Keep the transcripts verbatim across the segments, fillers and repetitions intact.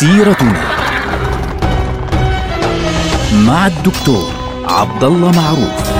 سيرتنا مع الدكتور عبد الله معروف.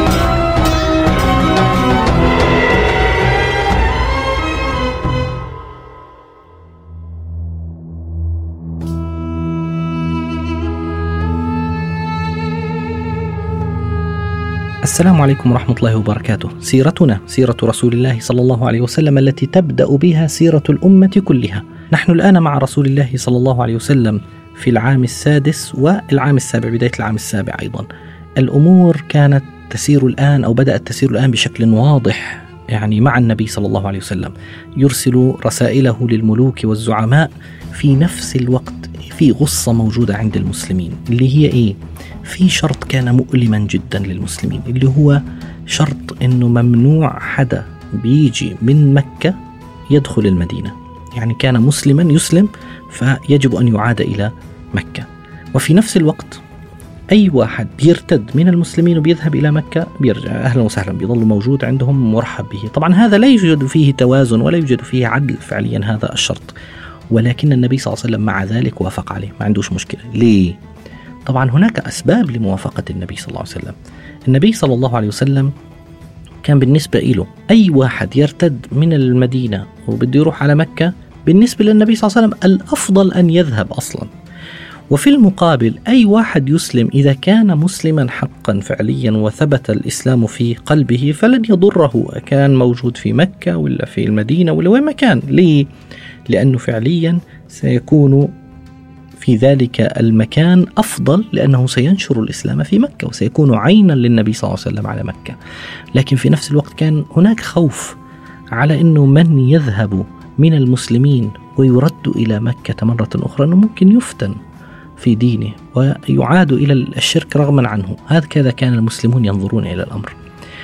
السلام عليكم ورحمة الله وبركاته. سيرتنا سيرة رسول الله صلى الله عليه وسلم التي تبدأ بها سيرة الأمة كلها. نحن الآن مع رسول الله صلى الله عليه وسلم في العام السادس والعام السابع، بداية العام السابع أيضا. الأمور كانت تسير الآن أو بدأت تسير الآن بشكل واضح، يعني مع النبي صلى الله عليه وسلم يرسل رسائله للملوك والزعماء في نفس الوقت. في غصة موجودة عند المسلمين اللي هي إيه؟ في شرط كان مؤلما جدا للمسلمين، اللي هو شرط إنه ممنوع حدا بيجي من مكة يدخل المدينة. يعني كان مسلما يسلم فيجب أن يعاد إلى مكة، وفي نفس الوقت أي واحد بيرتد من المسلمين وبيذهب إلى مكة بيرجع أهلا وسهلا، بيظل موجود عندهم مرحب به. طبعا هذا لا يوجد فيه توازن ولا يوجد فيه عدل فعليا هذا الشرط، ولكن النبي صلى الله عليه وسلم مع ذلك وافق عليه، ما عندوش مشكلة. ليه؟ طبعا هناك أسباب لموافقة النبي صلى الله عليه وسلم. النبي صلى الله عليه وسلم كان بالنسبة له أي واحد يرتد من المدينة وبده يروح على مكة، بالنسبة للنبي صلى الله عليه وسلم الأفضل أن يذهب أصلا. وفي المقابل أي واحد يسلم إذا كان مسلما حقا فعليا وثبت الإسلام في قلبه فلن يضره كان موجود في مكة ولا في المدينة ولا وين ما كان. ليه؟ لأنه فعليا سيكون في ذلك المكان أفضل، لأنه سينشر الإسلام في مكة وسيكون عينا للنبي صلى الله عليه وسلم على مكة. لكن في نفس الوقت كان هناك خوف على أنه من يذهب من المسلمين ويرد إلى مكة مرة أخرى أنه ممكن يفتن في دينه ويعاد إلى الشرك رغما عنه. هكذا كان المسلمون ينظرون إلى الأمر.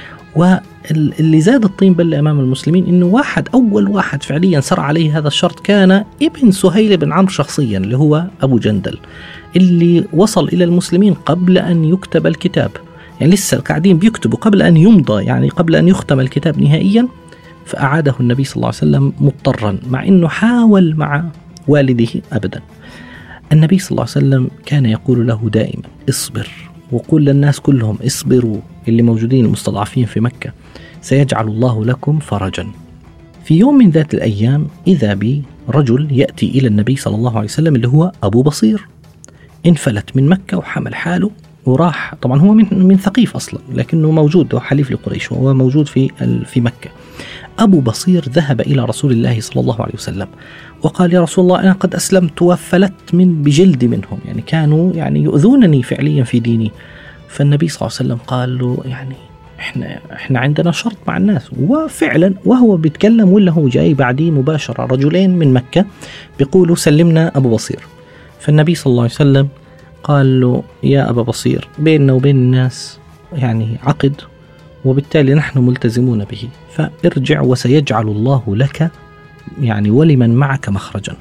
واللي زاد الطين بلة أمام المسلمين إنه واحد أول واحد فعليا سرع عليه هذا الشرط كان ابن سهيل بن عمرو شخصيا، اللي هو أبو جندل، اللي وصل إلى المسلمين قبل أن يكتب الكتاب. يعني لسه قاعدين بيكتبوا قبل أن يمضى، يعني قبل أن يختم الكتاب نهائيا، فأعاده النبي صلى الله عليه وسلم مضطرا، مع أنه حاول مع والده أبدا. النبي صلى الله عليه وسلم كان يقول له دائما اصبر، وقل للناس كلهم اصبروا، اللي موجودين المستضعفين في مكة سيجعل الله لكم فرجا. في يوم من ذات الأيام إذا برجل يأتي إلى النبي صلى الله عليه وسلم اللي هو أبو بصير، انفلت من مكة وحمل حاله وراح. طبعا هو من من ثقيف أصلا، لكنه موجود وحليف لقريش وهو موجود في في مكة. أبو بصير ذهب إلى رسول الله صلى الله عليه وسلم وقال يا رسول الله أنا قد أسلمت وفلت من بجلد منهم، يعني كانوا يعني يؤذونني فعليا في ديني. فالنبي صلى الله عليه وسلم قال له يعني إحنا إحنا عندنا شرط مع الناس. وفعلا وهو بيتكلم ولا هو جاي بعديه مباشرة رجلين من مكة بيقولوا سلمنا أبو بصير. فالنبي صلى الله عليه وسلم قال له يا أبا بصير بيننا وبين الناس يعني عقد، وبالتالي نحن ملتزمون به، فارجع وسيجعل الله لك يعني ولمن معك مخرجا.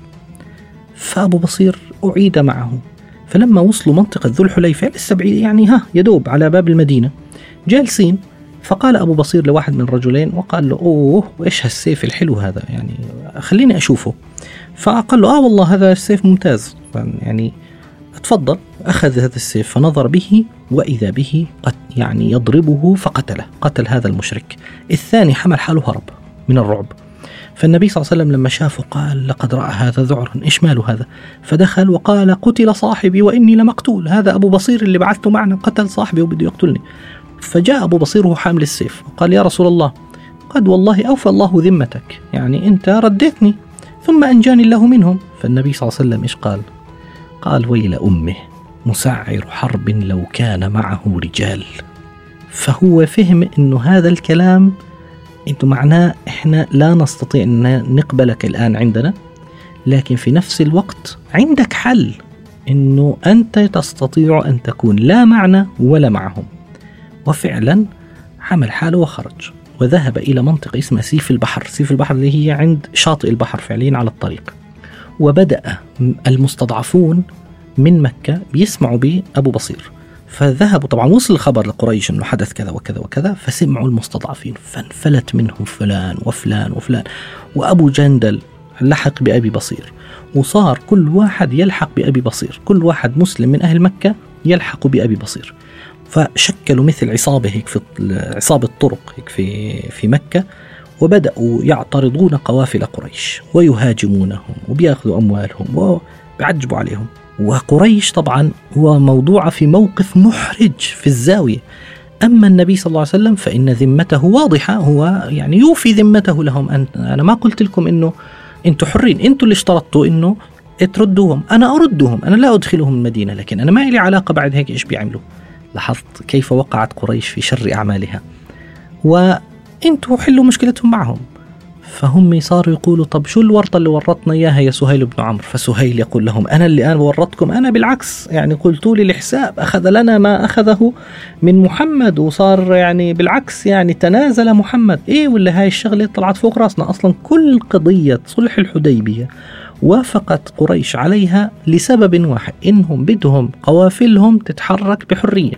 فأبو بصير أعيد معه. فلما وصلوا منطقة ذو الحليفة لسه بعيد، يعني ها يدوب على باب المدينة جالسين، فقال أبو بصير لواحد من الرجلين وقال له أوه وإيش هالسيف الحلو هذا، يعني خليني أشوفه. فقال له آه والله هذا السيف ممتاز، يعني تفضل. أخذ هذا السيف فنظر به وإذا به قد يعني يضربه فقتله، قتل هذا المشرك. الثاني حمل حاله هرب من الرعب. فالنبي صلى الله عليه وسلم لما شافه قال لقد رأى هذا ذعر، إيش ماله هذا؟ فدخل وقال قتل صاحبي وإني لمقتول، هذا أبو بصير اللي بعثته معنا قتل صاحبي وبده يقتلني. فجاء أبو بصير وهو حامل السيف وقال يا رسول الله قد والله أوفى الله ذمتك، يعني أنت رديتني ثم أنجاني الله منهم. فالنبي صلى الله عليه وسلم إيش قال؟ قال ويل أمه مسعر حرب لو كان معه رجال. فهو فهم إنه هذا الكلام إنه معناه إحنا لا نستطيع أن نقبلك الآن عندنا، لكن في نفس الوقت عندك حل، إنه أنت تستطيع أن تكون لا معنا ولا معهم. وفعلا حمل حاله وخرج وذهب إلى منطقة اسمها سيف البحر. سيف البحر اللي هي عند شاطئ البحر فعليا على الطريق. وبدأ المستضعفون من مكة بيسمعوا بأبو بصير، فذهبوا طبعا وصل الخبر لقريش أنه حدث كذا وكذا وكذا، فسمعوا المستضعفين فانفلت منهم فلان وفلان وفلان. وأبو جندل لحق بأبي بصير، وصار كل واحد يلحق بأبي بصير، كل واحد مسلم من أهل مكة يلحق بأبي بصير. فشكلوا مثل عصابة هيك في عصابة طرق هيك في في مكة، وبدأوا يعترضون قوافل قريش ويهاجمونهم وبياخذوا أموالهم وبيعجبوا عليهم. وقريش طبعا هو موضوع في موقف محرج في الزاوية. أما النبي صلى الله عليه وسلم فإن ذمته واضحة، هو يعني يوفي ذمته لهم. أنا ما قلت لكم إنه أنتوا حرين، أنتوا اللي اشترطوا إنه تردوهم، أنا أردهم، أنا لا أدخلهم المدينة، لكن أنا ما لي علاقة بعد هيك إيش بيعملوا. لاحظت كيف وقعت قريش في شر أعمالها، وأنتوا حلوا مشكلتهم معهم. فهم صاروا يقولوا طب شو الورطة اللي ورطنا إياها يا سهيل بن عمرو؟ فسهيل يقول لهم أنا اللي أنا ورطكم، أنا بالعكس يعني قلتوا لي الحساب، أخذ لنا ما أخذه من محمد، وصار يعني بالعكس يعني تنازل محمد. إيه ولا هاي الشغلة طلعت فوق راسنا. أصلا كل قضية صلح الحديبية وافقت قريش عليها لسبب واحد، إنهم بدهم قوافلهم تتحرك بحرية.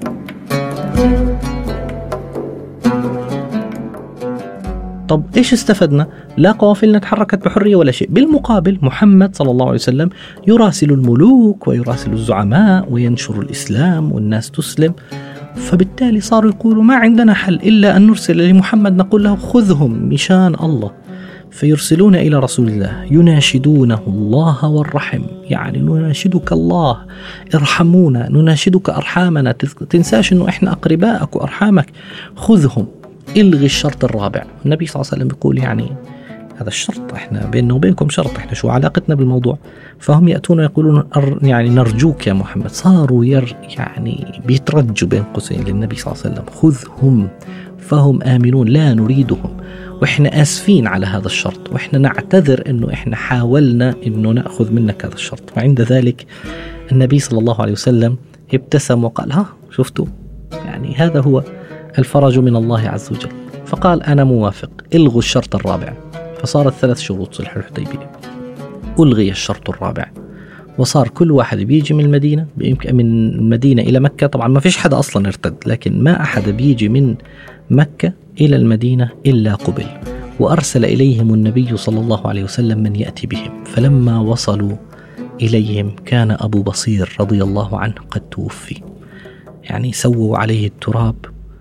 طب إيش استفدنا؟ لا قوافلنا تحركت بحرية ولا شيء. بالمقابل محمد صلى الله عليه وسلم يراسل الملوك ويراسل الزعماء وينشر الإسلام والناس تسلم. فبالتالي صاروا يقولوا ما عندنا حل إلا أن نرسل لمحمد نقول له خذهم مشان الله. فيرسلون إلى رسول الله يناشدونه الله والرحم، يعني نناشدك الله ارحمونا، نناشدك أرحامنا، تنساش أنه إحنا أقربائك وأرحامك، خذهم، إلغي الشرط الرابع. النبي صلى الله عليه وسلم بيقول يعني هذا الشرط إحنا بيننا وبينكم شرط، إحنا شو علاقتنا بالموضوع؟ فهم يأتون يقولون يعني نرجوك يا محمد. صاروا ير يعني بيترجوا بين قوسين للنبي صلى الله عليه وسلم، خذهم فهم آمنون، لا نريدهم، وإحنا آسفين على هذا الشرط، وإحنا نعتذر إنه إحنا حاولنا إنه نأخذ منك هذا الشرط. وعند ذلك النبي صلى الله عليه وسلم ابتسم وقال ها شفتوا، يعني هذا هو الفرج من الله عز وجل. فقال أنا موافق، إلغوا الشرط الرابع. فصارت ثلاث شروط صلح الحديبية، ألغي الشرط الرابع، وصار كل واحد بيجي من المدينة من المدينة إلى مكة. طبعا ما فيش حدا أصلا ارتد، لكن ما أحد بيجي من مكة إلى المدينة إلا قبل. وأرسل إليهم النبي صلى الله عليه وسلم من يأتي بهم. فلما وصلوا إليهم كان أبو بصير رضي الله عنه قد توفي، يعني سووا عليه التراب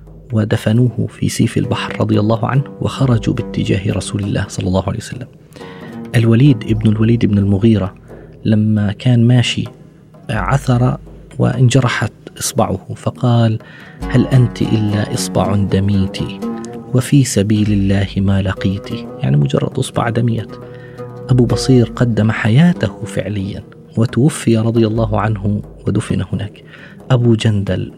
ودفنوه في سيف البحر رضي الله عنه، وخرجوا باتجاه رسول الله صلى الله عليه وسلم. الوليد ابن الوليد ابن المغيرة لما كان ماشي عثر وانجرحت إصبعه، فقال هل أنت إلا إصبع دميتي وفي سبيل الله ما لقيتي، يعني مجرد إصبع دميت. أبو بصير قدم حياته فعليا وتوفي رضي الله عنه ودفن هناك. أبو جندل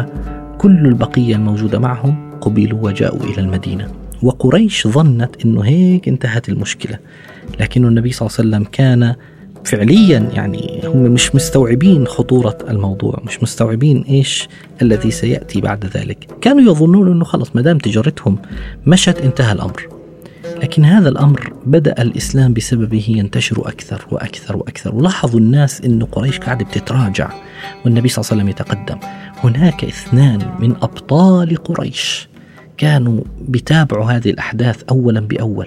وكل البقية الموجودة معهم قبلوا وجاءوا إلى المدينة. وقريش ظنت أنه هيك انتهت المشكلة، لكن النبي صلى الله عليه وسلم كان فعليا يعني هم مش مستوعبين خطورة الموضوع، مش مستوعبين إيش الذي سيأتي بعد ذلك. كانوا يظنون أنه خلص مدام تجارتهم مشت انتهى الأمر، لكن هذا الأمر بدأ الإسلام بسببه ينتشر أكثر وأكثر وأكثر. ولاحظوا الناس أن قريش قاعدة بتتراجع والنبي صلى الله عليه وسلم يتقدم. هناك اثنان من أبطال قريش كانوا بيتابعوا هذه الأحداث أولا بأول،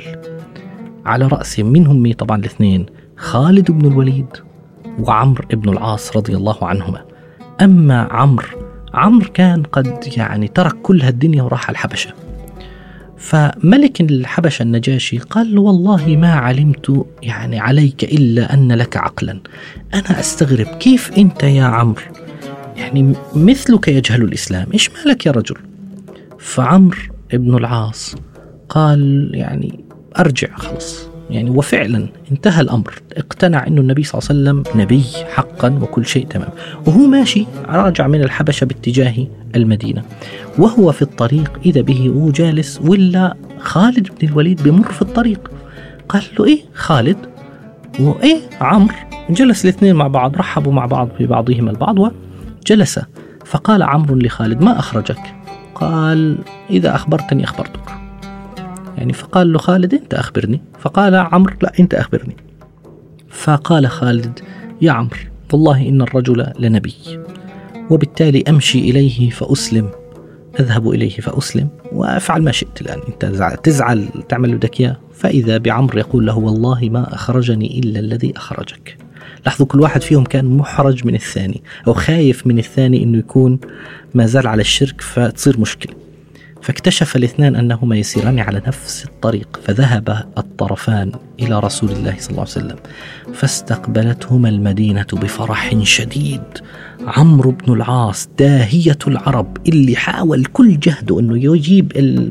على رأسهم منهم طبعا الاثنين خالد بن الوليد وعمر بن العاص رضي الله عنهما. أما عمرو عمرو كان قد يعني ترك كل هالدنيا وراح الحبشة. فملك الحبشة النجاشي قال له والله ما علمت يعني عليك إلا أن لك عقلا، أنا أستغرب كيف أنت يا عمرو يعني مثلك يجهل الإسلام، إيش مالك يا رجل؟ فعمرو بن العاص قال يعني أرجع خلص يعني. وفعلا انتهى الأمر، اقتنع أنه النبي صلى الله عليه وسلم نبي حقا وكل شيء تمام. وهو ماشي راجع من الحبشة باتجاه المدينة، وهو في الطريق إذا به هو جالس ولا خالد بن الوليد بمر في الطريق. قال له إيه خالد وإيه عمرو، جلس الاثنين مع بعض، رحبوا مع بعض ببعضهم البعض وجلس. فقال عمرو لخالد ما أخرجك؟ قال إذا أخبرتني أخبرتك، يعني فقال له خالد أنت أخبرني، فقال عمرو لا أنت أخبرني. فقال خالد يا عمرو والله إن الرجل لنبي، وبالتالي أمشي إليه فأسلم، أذهب إليه فأسلم وأفعل ما شئت الآن، أنت تزعل تعمل بدك إياه. فإذا بعمر يقول له والله ما أخرجني إلا الذي أخرجك. لاحظوا كل واحد فيهم كان محرج من الثاني أو خايف من الثاني إنه يكون ما زال على الشرك فتصير مشكلة. فاكتشف الاثنان أنهما يسيران على نفس الطريق، فذهب الطرفان إلى رسول الله صلى الله عليه وسلم فاستقبلتهما المدينة بفرح شديد. عمرو بن العاص داهية العرب اللي حاول كل جهده أنه يجيب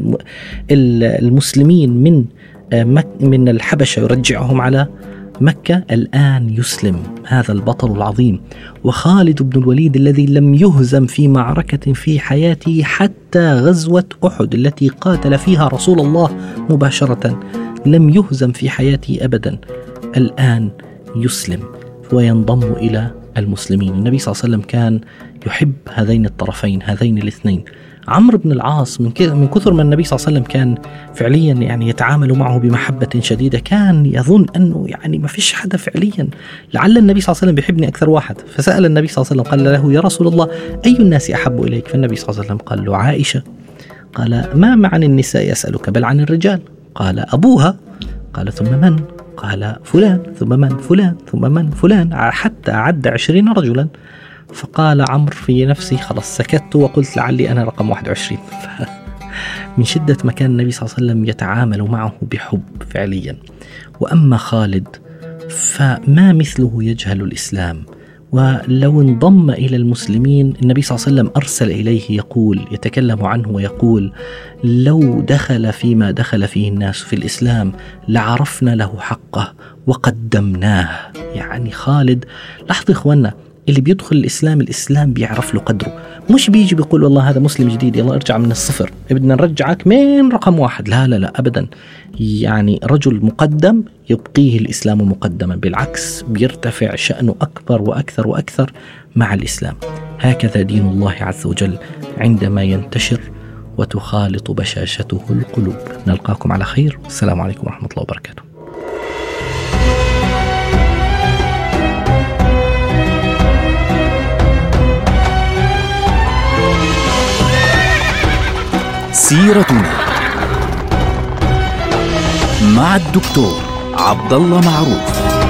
المسلمين من من الحبشة يرجعهم على مكة، الآن يسلم هذا البطل العظيم. وخالد بن الوليد الذي لم يهزم في معركة في حياته حتى غزوة أحد التي قاتل فيها رسول الله مباشرة، لم يهزم في حياته أبدا، الآن يسلم وينضم إلى المسلمين. النبي صلى الله عليه وسلم كان يحب هذين الطرفين، هذين الاثنين. عمرو بن العاص من من كثر ما النبي صلى الله عليه وسلم كان فعليا يعني يتعامل معه بمحبة شديدة، كان يظن أنه يعني ما فيش حدا فعليا، لعل النبي صلى الله عليه وسلم بيحبني أكثر واحد. فسأل النبي صلى الله عليه وسلم قال له: يا رسول الله، أي الناس أحب إليك؟ فالنبي صلى الله عليه وسلم قال له: عائشة. قال: ما معنى النساء يسألك؟ بل عن الرجال. قال: أبوها. قال: ثم من؟ قال: فلان، ثم من؟ فلان، ثم من؟ فلان، حتى عد عشرين رجلا. فقال عمرو في نفسي: خلاص سكت وقلت لعلي أنا رقم واحد وعشرين. من شدة ما كان النبي صلى الله عليه وسلم يتعامل معه بحب فعليا. وأما خالد فما مثله يجهل الإسلام، ولو انضم إلى المسلمين النبي صلى الله عليه وسلم أرسل إليه يقول، يتكلم عنه ويقول: لو دخل فيما دخل فيه الناس في الإسلام لعرفنا له حقه وقدمناه. يعني خالد، لاحظوا إخواننا، اللي بيدخل الإسلام الإسلام بيعرف له قدره، مش بيجي بيقول والله هذا مسلم جديد يلا ارجع من الصفر بدنا نرجعك من رقم واحد. لا لا لا أبدا. يعني رجل مقدم يبقيه الإسلام مقدما، بالعكس بيرتفع شأنه أكبر وأكثر وأكثر مع الإسلام. هكذا دين الله عز وجل عندما ينتشر وتخالط بشاشته القلوب. نلقاكم على خير، السلام عليكم ورحمة الله وبركاته. سيرتنا مع الدكتور عبد الله معروف.